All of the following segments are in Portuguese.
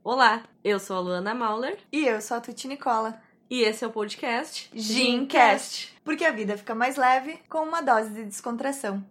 Olá, eu sou a Luana Mauler E eu sou a Tuti Nicola. e esse é o podcast Gincast, porque a vida fica mais leve com uma dose de descontração.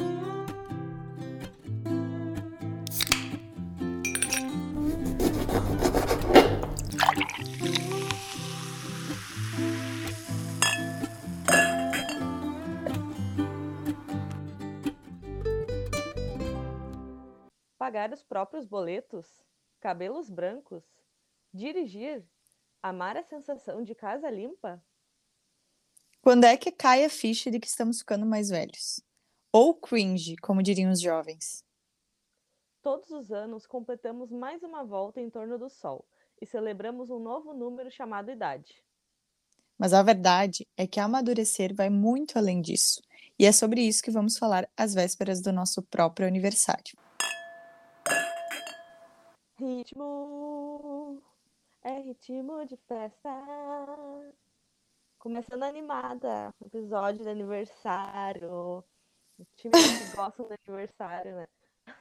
Pagar os próprios boletos, cabelos brancos, dirigir, amar a sensação de casa limpa? Quando é que cai a ficha de que estamos ficando mais velhos? Ou cringe, como diriam os jovens. Todos os anos completamos mais uma volta em torno do Sol e celebramos um novo número chamado idade. Mas a verdade é que amadurecer vai muito além disso. E é sobre isso que vamos falar às vésperas do nosso próprio aniversário. Ritmo é ritmo de festa. Começando animada, episódio de aniversário. Times que gostam do aniversário, né?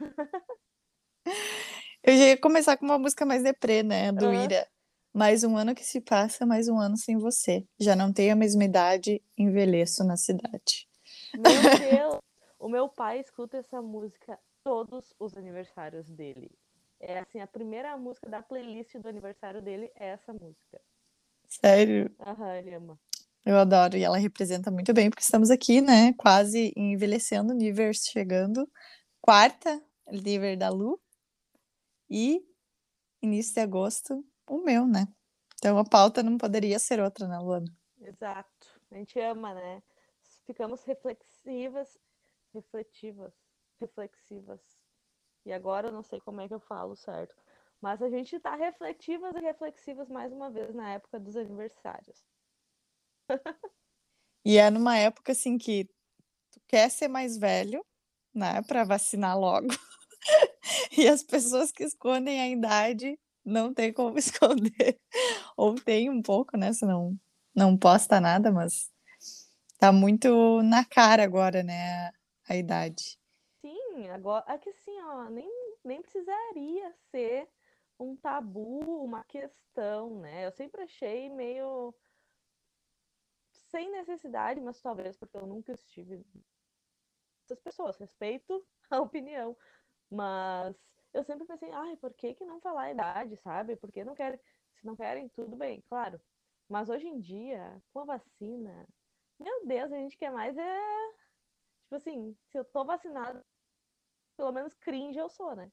Eu já ia começar com uma música mais deprê, né? Do Aham. Ira. Mais um ano que se passa, mais um ano sem você. Já não tenho a mesma idade, envelheço na cidade. Meu Deus! O meu pai escuta essa música todos os aniversários dele. É assim, a primeira música da playlist do aniversário dele é essa música. Sério, Aham, ele ama. eu adoro. E ela representa muito bem, porque estamos aqui, né? Quase envelhecendo, Universe chegando. Quarta, Liver da Lu. E início de agosto, o meu, né? Então a pauta não poderia ser outra, né, Luana? Exato. A gente ama, né? Ficamos reflexivas. E agora eu não sei como é que eu falo certo. Mas a gente tá refletivas e reflexivas mais uma vez na época dos aniversários. E é numa época assim que tu quer ser mais velho, né, para vacinar logo. E as pessoas que escondem a idade não tem como esconder. Ou tem um pouco, né? Se não posta nada, mas tá muito na cara agora, né? A idade. Sim, agora é que assim, ó, nem precisaria ser um tabu, uma questão, né? Eu sempre achei meio sem necessidade, mas talvez porque eu nunca estive essas pessoas, respeito a opinião, mas eu sempre pensei, ai, por que que não falar a idade, sabe? Porque não querem, se não querem, tudo bem, claro. Mas hoje em dia, com a vacina, meu Deus, a gente quer mais tipo assim, se eu tô vacinada, pelo menos cringe eu sou, né?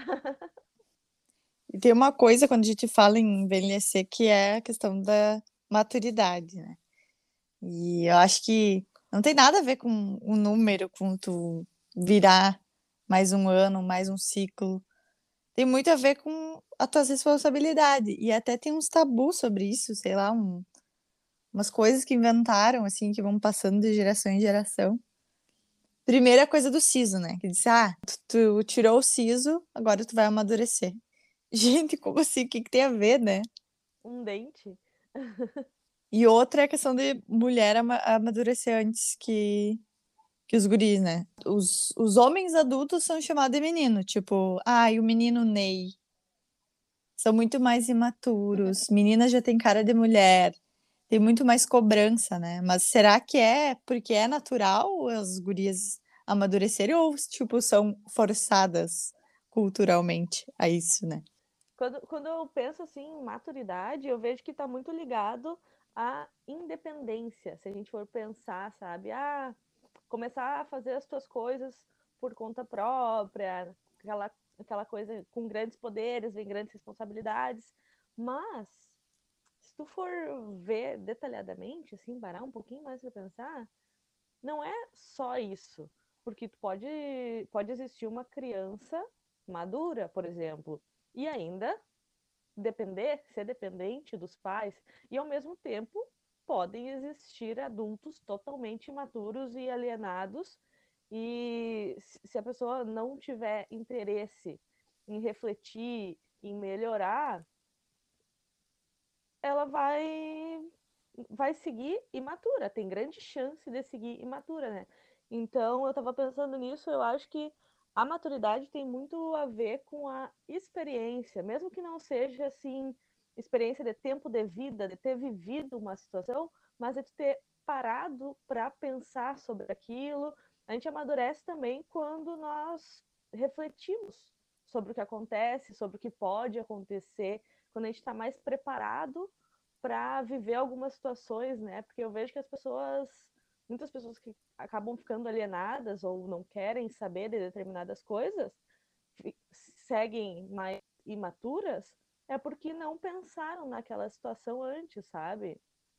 E tem uma coisa quando a gente fala em envelhecer que é a questão da maturidade, né? E eu acho que não tem nada a ver com o número, com tu virar mais um ano, mais um ciclo. Tem muito a ver com a tua responsabilidade. E até tem uns tabus sobre isso, sei lá, umas coisas que inventaram, assim, que vão passando de geração em geração. Primeira coisa do siso, né? Que disse, tu tirou o siso, agora tu vai amadurecer. Gente, como assim? O que que tem a ver, né? Um dente. E outra é a questão de mulher amadurecer antes que os guris, né? Os homens adultos são chamados de menino, tipo, e o menino Ney. São muito mais imaturos. Menina já tem cara de mulher. Tem muito mais cobrança, né? Mas será que é porque é natural as gurias amadurecerem ou, tipo, são forçadas culturalmente a isso, né? Quando eu penso assim em maturidade, eu vejo que está muito ligado à independência. Se a gente for pensar, sabe? Começar a fazer as tuas coisas por conta própria, aquela coisa com grandes poderes, vem grandes responsabilidades. Mas, se tu for ver detalhadamente, assim, parar um pouquinho mais para pensar, não é só isso. Porque pode existir uma criança madura, por exemplo, e ainda ser dependente dos pais, e ao mesmo tempo podem existir adultos totalmente imaturos e alienados, e se a pessoa não tiver interesse em refletir, em melhorar, ela vai seguir imatura, tem grande chance de seguir imatura, né? Então eu tava pensando nisso, eu acho que A maturidade tem muito a ver com a experiência, mesmo que não seja assim, experiência de tempo de vida, de ter vivido uma situação, mas é de ter parado para pensar sobre aquilo. A gente amadurece também quando nós refletimos sobre o que acontece, sobre o que pode acontecer, quando a gente está mais preparado para viver algumas situações, né? Porque eu vejo que muitas pessoas que acabam ficando alienadas ou não querem saber de determinadas coisas, seguem mais imaturas, é porque não pensaram naquela situação antes, sabe?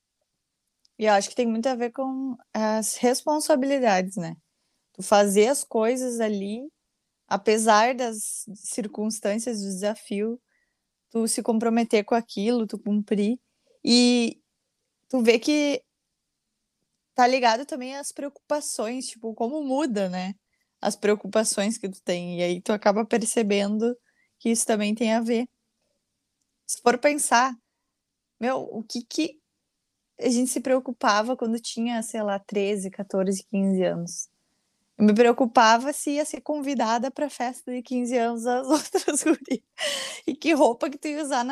E eu acho que tem muito a ver com as responsabilidades, né? Tu fazer as coisas ali, apesar das circunstâncias do desafio, tu se comprometer com aquilo, tu cumprir. E tu vê que tá ligado também às preocupações, tipo, como muda, né? As preocupações que tu tem. E aí tu acaba percebendo que isso também tem a ver. Se for pensar, meu, o que que a gente se preocupava quando tinha, sei lá, 13, 14, 15 anos? Eu me preocupava se ia ser convidada para a festa de 15 anos das outras gurias. E que roupa que tu ia usar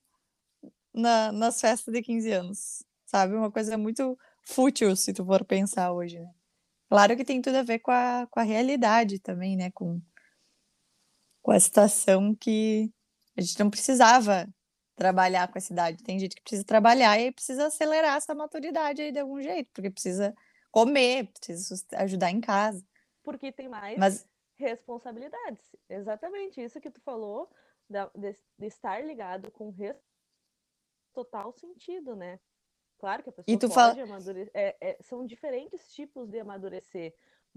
nas festas de 15 anos, sabe? Uma coisa muito fútil, se tu for pensar hoje, né? Claro que tem tudo a ver com a realidade também, né? Com a situação que a gente não precisava trabalhar com essa idade. Tem gente que precisa trabalhar e aí precisa acelerar essa maturidade aí de algum jeito, porque precisa comer, precisa ajudar em casa. Porque tem mais Mas, responsabilidades. Exatamente isso que tu falou, de estar ligado com total sentido, né? Claro que a e pessoa tu fala, pode amadurecer, são diferentes tipos de amadurecer,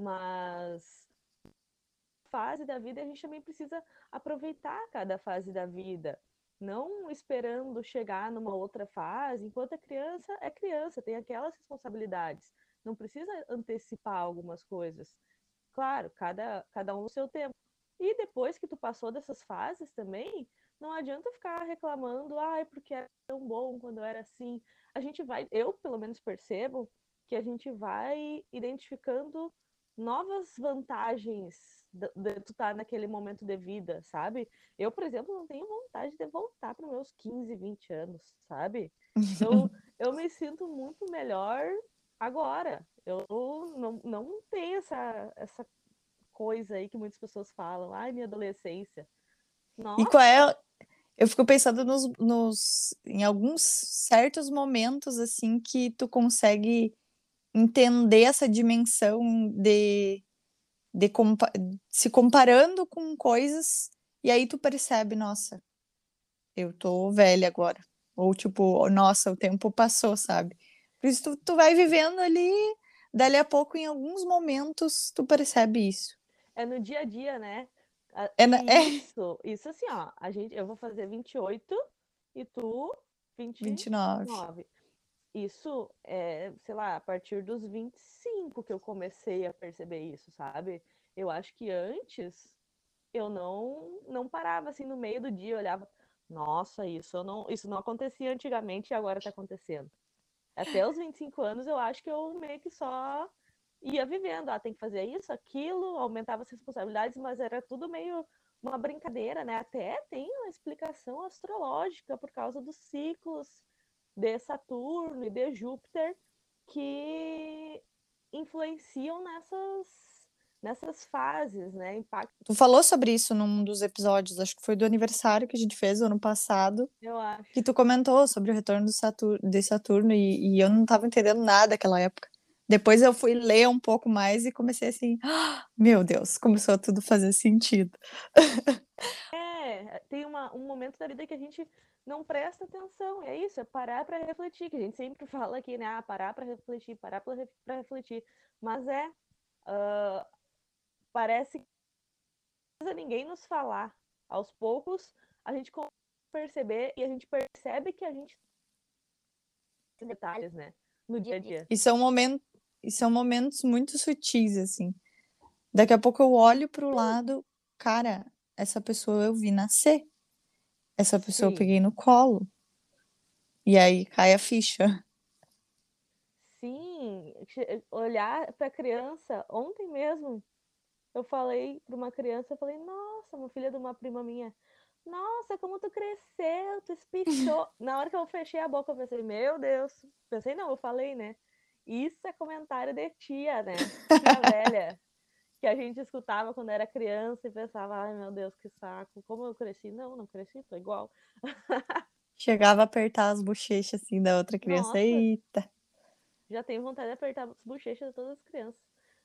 mas fase da vida a gente também precisa aproveitar cada fase da vida, não esperando chegar numa outra fase. Enquanto é criança, tem aquelas responsabilidades, não precisa antecipar algumas coisas. Claro, cada um no seu tempo. E depois que tu passou dessas fases também, não adianta ficar reclamando, ai, porque era tão bom quando era assim. A gente vai, eu pelo menos percebo que a gente vai identificando novas vantagens de tu estar naquele momento de vida, sabe? Eu, por exemplo, não tenho vontade de voltar para meus 15, 20 anos, sabe? Eu me sinto muito melhor agora. Eu não tenho essa coisa aí que muitas pessoas falam, ai, minha adolescência. e qual Nossa, é. Eu fico pensando em alguns certos momentos, assim, que tu consegue entender essa dimensão de se comparando com coisas, e aí tu percebe, nossa, eu tô velha agora. Ou tipo, nossa, o tempo passou, sabe? Por isso tu vai vivendo ali, dali a pouco, em alguns momentos, tu percebe isso. é no dia a dia, né? É Isso assim, ó, eu vou fazer 28 e tu 29. 29. Isso é, sei lá, a partir dos 25 que eu comecei a perceber isso, sabe? Eu acho que antes eu não parava assim no meio do dia, eu olhava, nossa, isso não acontecia antigamente e agora tá acontecendo. Até os 25 anos eu acho que eu meio que só ia vivendo, tem que fazer isso, aquilo, aumentava as responsabilidades, mas era tudo meio uma brincadeira, né? Até tem uma explicação astrológica por causa dos ciclos de Saturno e de Júpiter que influenciam nessas fases, né? Impacto, Tu falou sobre isso num dos episódios, acho que foi do aniversário que a gente fez o ano passado, eu acho. que tu comentou sobre o retorno de Saturno e eu não estava entendendo nada naquela época. Depois eu fui ler um pouco mais e comecei assim, "Ah, meu Deus, começou a tudo fazer sentido." Tem um momento da vida que a gente não presta atenção. É isso, é parar para refletir, que a gente sempre fala aqui, né? Parar para refletir, parar para refletir. Mas parece que não precisa ninguém nos falar. Aos poucos, a gente começa a perceber e a gente percebe que a gente tem detalhes, né? No dia a dia. E são momentos muito sutis, assim. Daqui a pouco eu olho para o lado, cara, essa pessoa eu vi nascer, essa pessoa eu Sim, peguei no colo, e aí cai a ficha. sim. Olhar para a criança, ontem mesmo, Eu falei para uma criança, eu falei, nossa, uma filha de uma prima minha, nossa, como tu cresceu, tu espichou. Na hora que eu fechei a boca, eu pensei, meu Deus. Pensei, não, eu falei, né? Isso é comentário de tia, né? Tia velha, que a gente escutava quando era criança e pensava, ai meu Deus, que saco, como eu cresci? Não, não cresci, tô igual. Chegava a apertar as bochechas assim da outra criança. Nossa, Eita. já tenho vontade de apertar as bochechas de todas as crianças.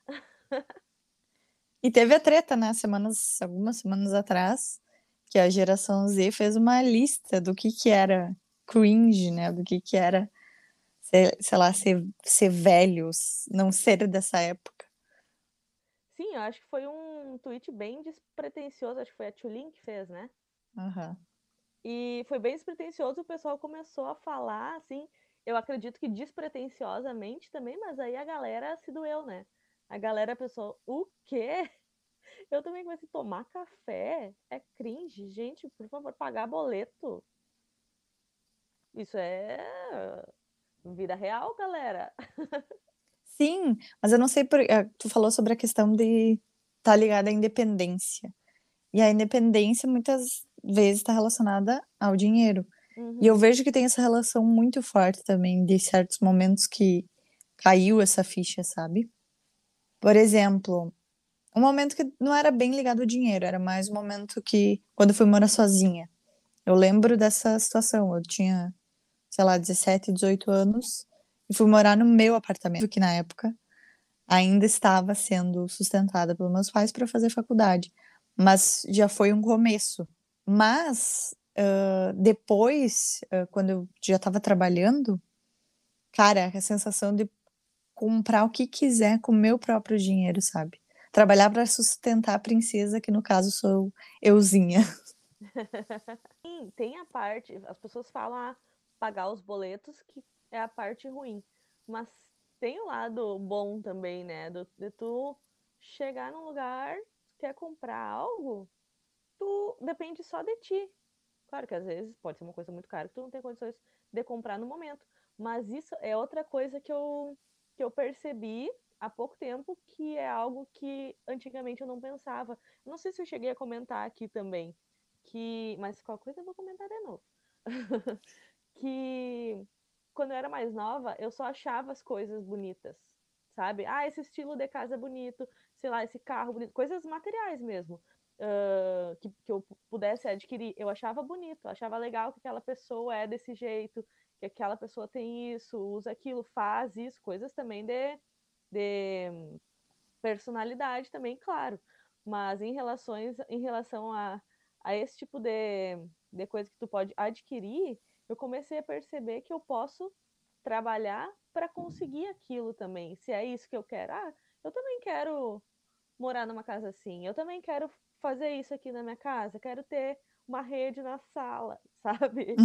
E teve a treta, né? Algumas semanas atrás, que a geração Z fez uma lista do que era cringe, né? Do que era, sei lá, ser velhos, não ser dessa época. Sim, eu acho que foi um tweet bem despretensioso, acho que foi a Tulin que fez, né? Aham. E foi bem despretensioso, o pessoal começou a falar, assim, eu acredito que despretensiosamente também, mas aí a galera se doeu, né? A galera pensou, o quê? Eu também comecei a tomar café? É cringe, gente, por favor, pagar boleto. Isso é vida real, galera. Sim, mas eu não sei por. Tu falou sobre a questão de estar ligada à independência. E a independência muitas vezes está relacionada ao dinheiro. E eu Uhum, vejo que tem essa relação muito forte também de certos momentos que caiu essa ficha, sabe? Por exemplo, um momento que não era bem ligado ao dinheiro, era mais um momento que, quando eu fui morar sozinha. Eu lembro dessa situação. Eu tinha, sei lá, 17, 18 anos e fui morar no meu apartamento, que na época ainda estava sendo sustentada pelos meus pais para fazer faculdade. Mas já foi um começo. Mas depois, quando eu já estava trabalhando, cara, a sensação de comprar o que quiser com o meu próprio dinheiro, sabe? Trabalhar para sustentar a princesa, que no caso sou euzinha. Sim, tem a parte, as pessoas falam pagar os boletos, que é a parte ruim. Mas tem o lado bom também, né? De tu chegar num lugar, quer comprar algo, tu depende só de ti. Claro que às vezes pode ser uma coisa muito cara que tu não tem condições de comprar no momento. Mas isso é outra coisa que eu percebi há pouco tempo, que é algo que antigamente eu não pensava. Não sei se eu cheguei a comentar aqui também, mas qualquer coisa eu vou comentar de novo. Que quando eu era mais nova, eu só achava as coisas bonitas, sabe? Ah, esse estilo de casa é bonito, sei lá, esse carro bonito, coisas materiais mesmo, que eu pudesse adquirir. Eu achava bonito, eu achava legal que aquela pessoa é desse jeito, que aquela pessoa tem isso, usa aquilo, faz isso, coisas também de personalidade também, claro. Mas em relação a esse tipo de coisa que tu pode adquirir, eu comecei a perceber que eu posso trabalhar para conseguir aquilo também. Se é isso que eu quero. Ah, eu também quero morar numa casa assim. Eu também quero fazer isso aqui na minha casa. Quero ter uma rede na sala, sabe?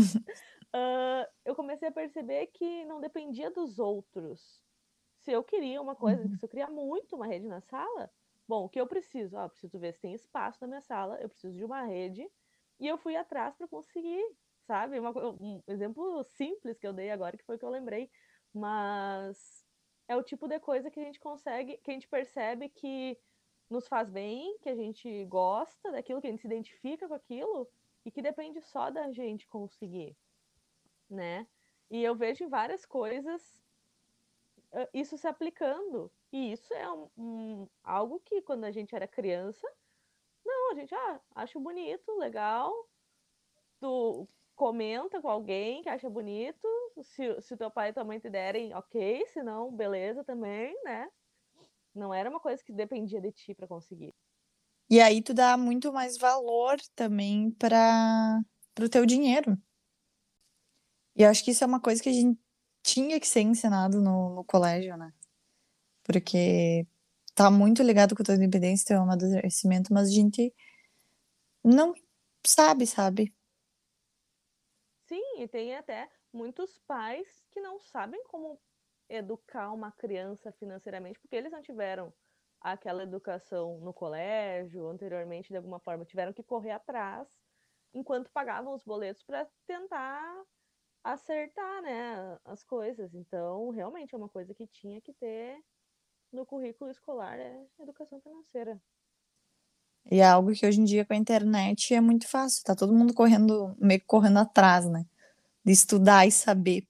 Eu comecei a perceber que não dependia dos outros. Se eu queria uma coisa, Uhum. se eu queria muito uma rede na sala, bom, o que eu preciso? Ah, eu preciso ver se tem espaço na minha sala, eu preciso de uma rede, e eu fui atrás para conseguir, sabe? Um exemplo simples que eu dei agora, que foi o que eu lembrei, mas é o tipo de coisa que a gente consegue, que a gente percebe que nos faz bem, que a gente gosta daquilo, que a gente se identifica com aquilo, e que depende só da gente conseguir, né? E eu vejo em várias coisas isso se aplicando. E isso é algo que, quando a gente era criança, não, a gente acha bonito, legal. Tu comenta com alguém que acha bonito. Se teu pai e tua mãe te derem, ok. Se não, beleza também, né? Não era uma coisa que dependia de ti para conseguir. E aí tu dá muito mais valor também para o teu dinheiro. E eu acho que isso é uma coisa que a gente tinha que ser ensinado no colégio, né? Porque tá muito ligado com a tua independência, teu amadurecimento, mas a gente não sabe? Sim, e tem até muitos pais que não sabem como educar uma criança financeiramente, porque eles não tiveram aquela educação no colégio, anteriormente, de alguma forma, tiveram que correr atrás enquanto pagavam os boletos para tentar acertar, né, as coisas. Então, realmente é uma coisa que tinha que ter no currículo escolar, é educação financeira. E é algo que hoje em dia com a internet é muito fácil, tá todo mundo correndo, meio que correndo atrás, né? De estudar e saber.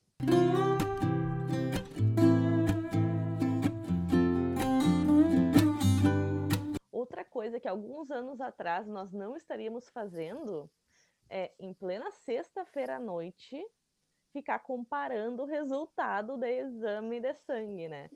Outra coisa que alguns anos atrás nós não estaríamos fazendo é, em plena sexta-feira à noite, ficar comparando o resultado do exame de sangue, né?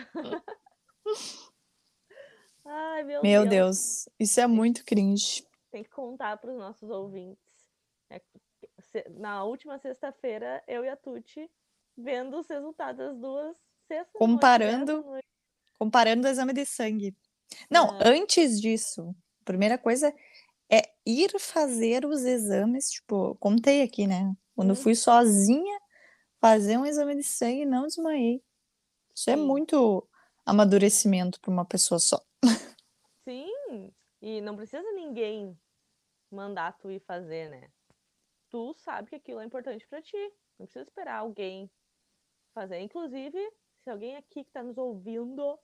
Ai, meu Meu Deus. Deus, isso é muito cringe. Tem que contar para os nossos ouvintes. Na última sexta-feira, eu e a Tuti vendo os resultados das duas, sexta à noite, 10 da Comparando, noite. comparando o exame de sangue. Não, antes disso, a primeira coisa é ir fazer os exames, tipo, contei aqui, né? Quando eu fui sozinha fazer um exame de sangue, não desmaiei. Isso é Sim. muito amadurecimento para uma pessoa só. Sim, e não precisa ninguém mandar tu ir fazer, né? Tu sabe que aquilo é importante para ti. Não precisa esperar alguém fazer. Inclusive, se alguém aqui que está nos ouvindo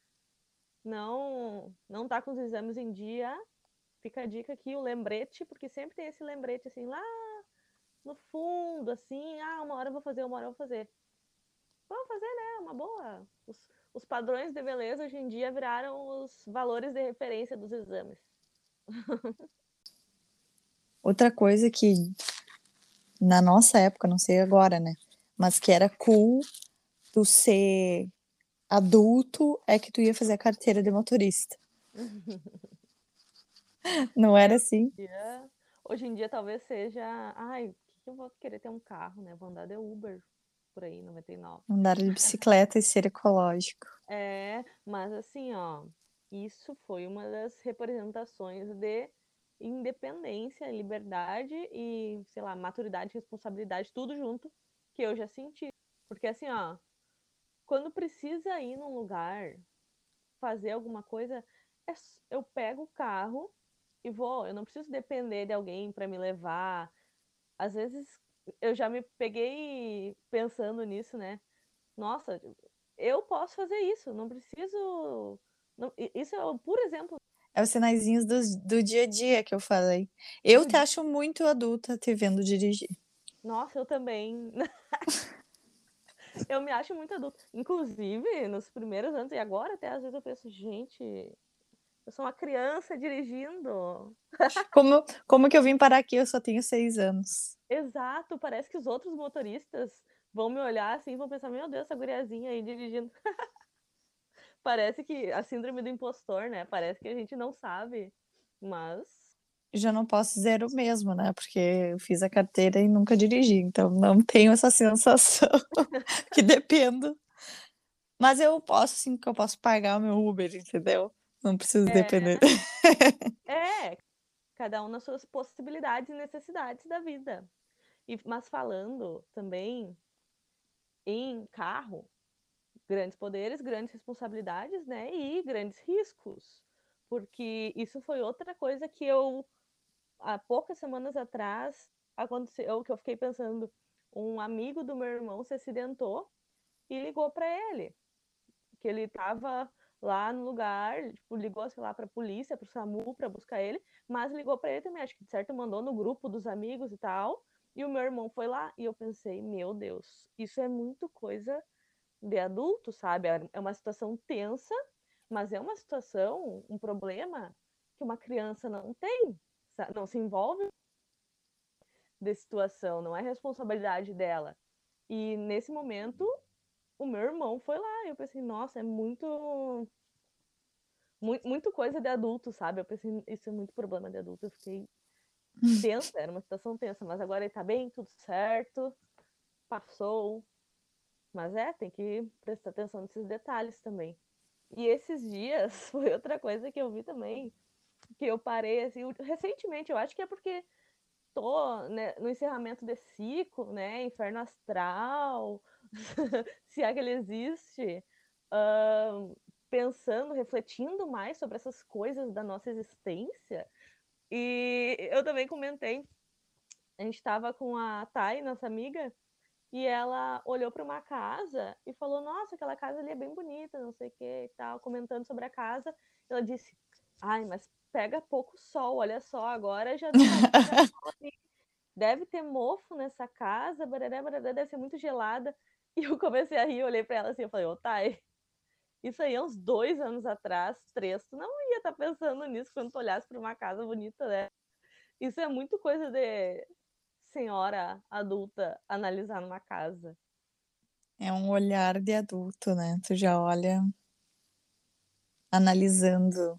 não tá com os exames em dia, fica a dica aqui, o lembrete, porque sempre tem esse lembrete assim lá no fundo, assim, uma hora eu vou fazer, uma hora eu vou fazer. Vamos fazer, né? Uma boa. Os padrões de beleza hoje em dia viraram os valores de referência dos exames. Outra coisa que na nossa época, não sei agora, né? Mas que era cool tu ser adulto é que tu ia fazer a carteira de motorista. Não era assim? Hoje em dia talvez seja, ai, que eu vou querer ter um carro, né? Vou andar de Uber por aí, 99. Andar de bicicleta e ser ecológico. É, mas assim, ó, isso foi uma das representações de independência, liberdade e, sei lá, maturidade, responsabilidade, tudo junto que eu já senti. Porque assim, ó, quando precisa ir num lugar, fazer alguma coisa, eu pego o carro e vou. Eu não preciso depender de alguém para me levar. Às vezes eu já me peguei pensando nisso, né? Nossa, eu posso fazer isso, não preciso. Isso é o puro exemplo É os sinaizinhos do dia a dia que eu falei. Eu do te dia. acho muito adulta te vendo dirigir. Nossa, eu também. Eu me acho muito adulta. Inclusive, nos primeiros anos, e agora até às vezes eu penso, gente, eu sou uma criança dirigindo. Como que eu vim parar aqui? Eu só tenho 6 anos. Exato, parece que os outros motoristas vão me olhar assim e vão pensar, meu Deus, essa guriazinha aí dirigindo. Parece que a síndrome do impostor, né? Parece que a gente não sabe, mas Já não posso dizer o mesmo, né? Porque eu fiz a carteira e nunca dirigi, então não tenho essa sensação que dependo. Mas eu posso sim, que eu posso pagar o meu Uber, entendeu? Não preciso depender. é cada um nas suas possibilidades e necessidades da vida. Mas falando também em carro, grandes poderes, grandes responsabilidades, né? E grandes riscos. Porque isso foi outra coisa que eu, há poucas semanas atrás, aconteceu, que eu fiquei pensando. Um amigo do meu irmão se acidentou e ligou para ele, que ele estava lá no lugar, tipo, ligou, sei lá, para a polícia, para o SAMU, para buscar ele, mas ligou para ele também, acho que de certo mandou no grupo dos amigos e tal, e o meu irmão foi lá, e eu pensei, meu Deus, isso é muito coisa de adulto, sabe? É uma situação tensa, mas é uma situação, um problema que uma criança não tem, não se envolve de situação, não é responsabilidade dela. E nesse momento, o meu irmão foi lá, e eu pensei, nossa, é muito coisa de adulto, sabe? Eu pensei, isso é muito problema de adulto. Eu fiquei tensa, era uma situação tensa, mas agora ele tá bem, tudo certo, passou. Mas tem que prestar atenção nesses detalhes também. E esses dias foi outra coisa que eu vi também, que eu parei assim, recentemente, eu acho que é porque tô, né, no encerramento desse ciclo, né, inferno astral, se é que ele existe, pensando, refletindo mais sobre essas coisas da nossa existência. E eu também comentei, a gente estava com a Thay, nossa amiga, e ela olhou para uma casa e falou: Nossa, aquela casa ali é bem bonita, não sei o que e tal, comentando sobre a casa. Ela disse: Ai, mas pega pouco sol, olha só, agora já deve pegar sol ali. Deve ter mofo nessa casa, barará, barará, deve ser muito gelada. E eu comecei a rir, olhei pra ela assim, eu falei, ô, Thay, isso aí é uns 2 anos atrás, 3, tu não ia estar pensando nisso quando tu olhasse pra uma casa bonita, né? Isso é muito coisa de senhora adulta analisar numa casa. É um olhar de adulto, né? Tu já olha analisando.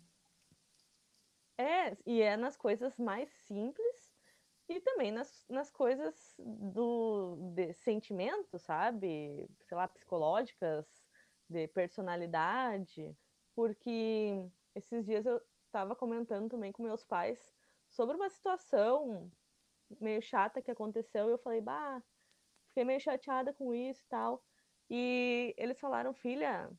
E é nas coisas mais simples e também nas coisas de sentimento, sabe? Sei lá, psicológicas, de personalidade. Porque esses dias eu estava comentando também com meus pais sobre uma situação meio chata que aconteceu e eu falei, bah, fiquei meio chateada com isso e tal. E eles falaram, filha,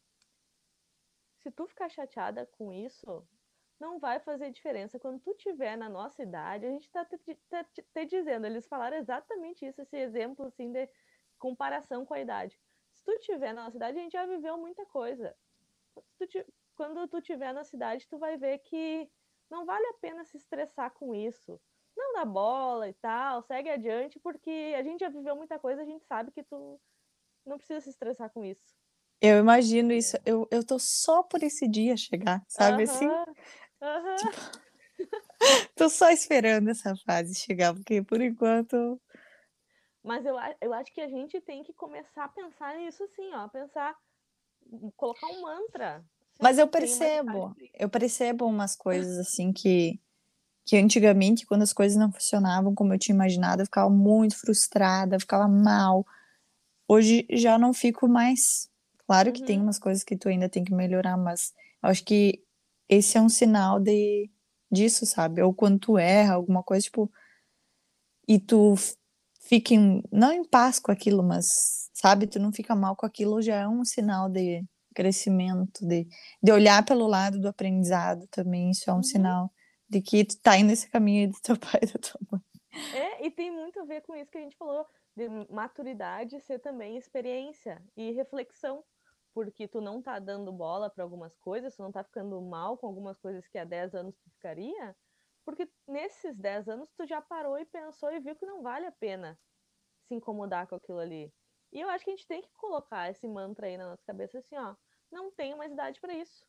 se tu ficar chateada com isso, não vai fazer diferença. Quando tu tiver na nossa idade, a gente tá te dizendo, eles falaram exatamente isso, esse exemplo assim de comparação com a idade. Se tu tiver na nossa idade, a gente já viveu muita coisa. Quando tu tiver na cidade, tu vai ver que não vale a pena se estressar com isso. Não dá bola e tal, segue adiante, porque a gente já viveu muita coisa, a gente sabe que tu não precisa se estressar com isso. Eu imagino isso. Eu tô só por esse dia chegar, sabe assim? Aham, aham. Tipo, tô só esperando essa fase chegar, porque por enquanto. Mas eu acho que a gente tem que começar a pensar nisso assim, ó. Pensar, colocar um mantra. Assim, ó, Mas não tenho mais idade pra eu isso. percebo umas coisas assim que antigamente, quando as coisas não funcionavam como eu tinha imaginado, eu ficava muito frustrada, ficava mal. Hoje já não fico mais. Claro que tem Uhum, umas coisas que tu ainda tem que melhorar, mas eu acho que esse é um sinal disso, sabe? Ou quando tu erra alguma coisa, tipo, e tu fica não em paz com aquilo, mas, sabe, tu não fica mal com aquilo, já é um sinal de crescimento, de olhar pelo lado do aprendizado também, isso é um uhum. sinal de que tu tá indo nesse caminho do teu pai e da tua mãe. E tem muito a ver com isso que a gente falou, de maturidade ser também experiência e reflexão. Porque tu não tá dando bola para algumas coisas, tu não tá ficando mal com algumas coisas que há 10 anos tu ficaria, porque nesses 10 anos tu já parou e pensou e viu que não vale a pena se incomodar com aquilo ali. E eu acho que a gente tem que colocar esse mantra aí na nossa cabeça assim, ó, não tenho mais idade para isso.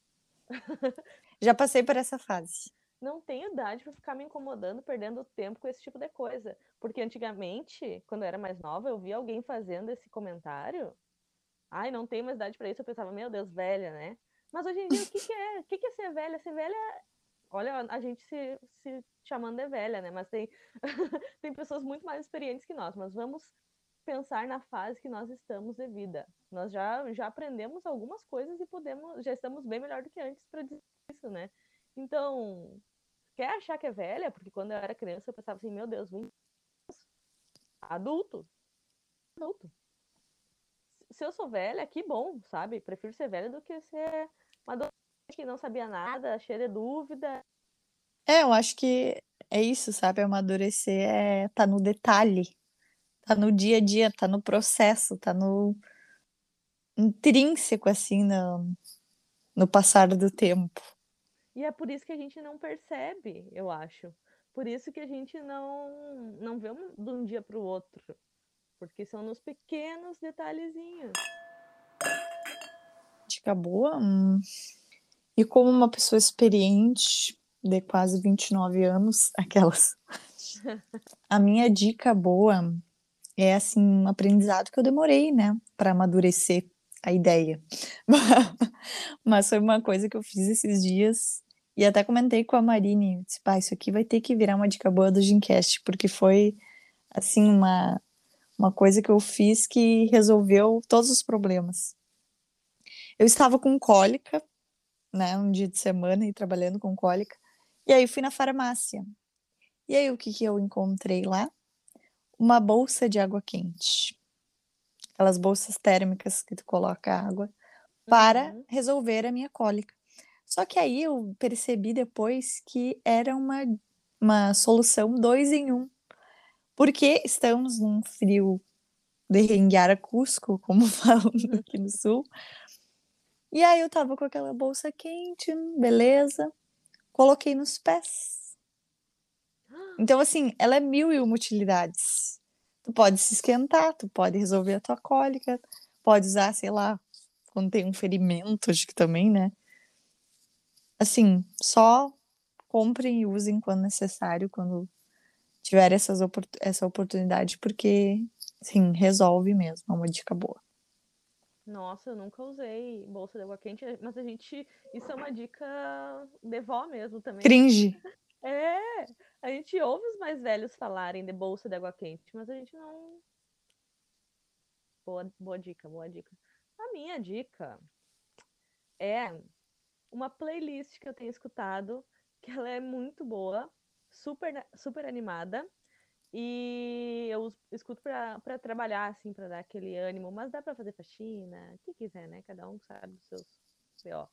Já passei por essa fase. Não tenho idade para ficar me incomodando, perdendo tempo com esse tipo de coisa. Porque antigamente, quando eu era mais nova, eu via alguém fazendo esse comentário. Ai, não tenho mais idade para isso. Eu pensava, meu Deus, velha, né? Mas hoje em dia, o que, que é? O que, que é ser velha? Ser velha, olha, a gente se chamando de velha, né? Mas tem, tem pessoas muito mais experientes que nós. Mas vamos pensar na fase que nós estamos de vida. Nós já aprendemos algumas coisas e já estamos bem melhor do que antes para dizer isso, né? Então, quer achar que é velha? Porque quando eu era criança eu pensava assim, meu Deus, 20 adulto, adulto. Se eu sou velha, que bom, sabe? Prefiro ser velha do que ser uma adolescente que não sabia nada, cheia de dúvida. É, eu acho que é isso, sabe? Amadurecer tá no detalhe, tá no dia a dia, tá no processo, tá no intrínseco, assim, no passar do tempo. E é por isso que a gente não percebe, eu acho. Por isso que a gente não vê de um dia para o outro. Porque são nos pequenos detalhezinhos. Dica boa. E como uma pessoa experiente de quase 29 anos, aquelas. A minha dica boa é assim, um aprendizado que eu demorei, né, para amadurecer a ideia. Mas foi uma coisa que eu fiz esses dias e até comentei com a Marine, disse, pá, isso aqui vai ter que virar uma dica boa do Gincast, porque foi assim uma coisa que eu fiz que resolveu todos os problemas. Eu estava com cólica, né, um dia de semana e trabalhando com cólica, e aí fui na farmácia. E aí o que que eu encontrei lá? Uma bolsa de água quente. Aquelas bolsas térmicas que tu coloca água para Uhum. resolver a minha cólica. Só que aí eu percebi depois que era uma solução 2 em 1, porque estamos num frio de renguear a Cusco, como falam aqui no sul. E aí eu tava com aquela bolsa quente, beleza. coloquei nos pés. Então, assim, ela é mil e uma utilidades. Tu pode se esquentar, tu pode resolver a tua cólica, pode usar, sei lá, quando tem um ferimento, acho que também, né? Assim, só comprem e usem quando necessário, quando tiver essa oportunidade, porque, sim, resolve mesmo, é uma dica boa. Nossa, eu nunca usei bolsa de água quente, mas isso é uma dica de vó mesmo também. Cringe. É, a gente ouve os mais velhos falarem de bolsa de água quente, mas a gente não. Boa dica, boa dica. A minha dica é uma playlist que eu tenho escutado, que ela é muito boa, super animada. E eu escuto pra trabalhar, assim, pra dar aquele ânimo, mas dá pra fazer faxina, o que quiser, né? Cada um sabe dos seus B.O.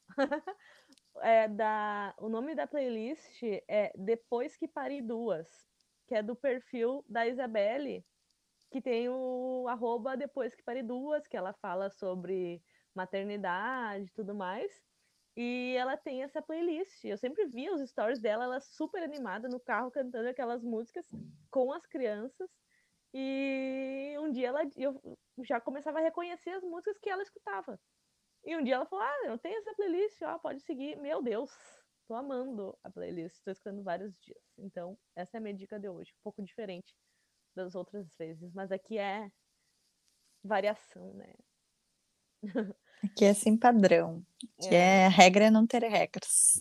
O nome da playlist é Depois que Parei Duas, que é do perfil da Isabelle, que tem o arroba Depois que Parei Duas, que ela fala sobre maternidade e tudo mais. E ela tem essa playlist. Eu sempre via os stories dela, ela super animada no carro cantando aquelas músicas com as crianças. E um dia eu já começava a reconhecer as músicas que ela escutava. E um dia ela falou: Ah, eu tenho essa playlist, ó, pode seguir. Meu Deus, tô amando a playlist, tô escutando vários dias. Então, essa é a minha dica de hoje. Um pouco diferente das outras vezes, mas aqui é variação, né? Aqui é sem padrão. Que É. é a regra é não ter regras.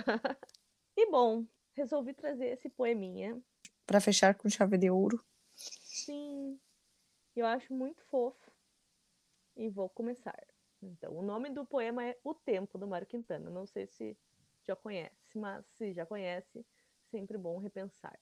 E bom, resolvi trazer esse poeminha. Para fechar com chave de ouro. Sim, eu acho muito fofo. E vou começar. Então, o nome do poema é O Tempo, do Mário Quintana. Não sei se já conhece, mas se já conhece, sempre bom repensar.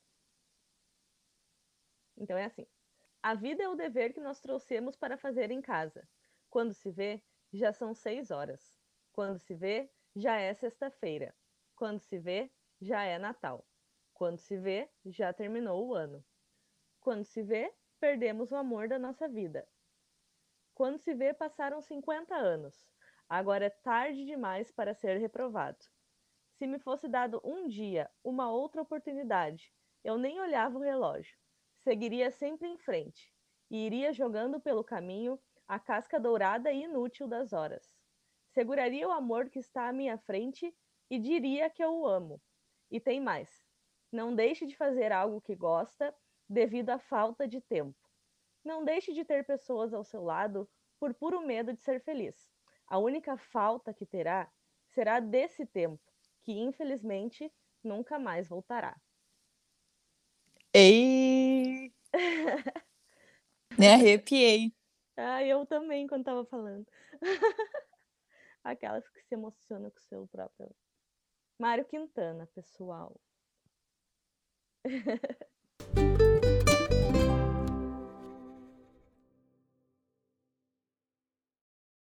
Então é assim: a vida é o dever que nós trouxemos para fazer em casa. Quando se vê, já são 6 horas. Quando se vê, já é sexta-feira. Quando se vê, já é Natal. Quando se vê, já terminou o ano. Quando se vê, perdemos o amor da nossa vida. Quando se vê, passaram 50 anos. Agora é tarde demais para ser reprovado. Se me fosse dado um dia, uma outra oportunidade, eu nem olhava o relógio. Seguiria sempre em frente e iria jogando pelo caminho a casca dourada e inútil das horas. Seguraria o amor que está à minha frente e diria que eu o amo. E tem mais: não deixe de fazer algo que gosta devido à falta de tempo. Não deixe de ter pessoas ao seu lado por puro medo de ser feliz. A única falta que terá será desse tempo, que infelizmente nunca mais voltará. Ei! Me arrepiei. Eu também, quando tava falando. Aquelas que se emocionam com o seu próprio. Mário Quintana, pessoal.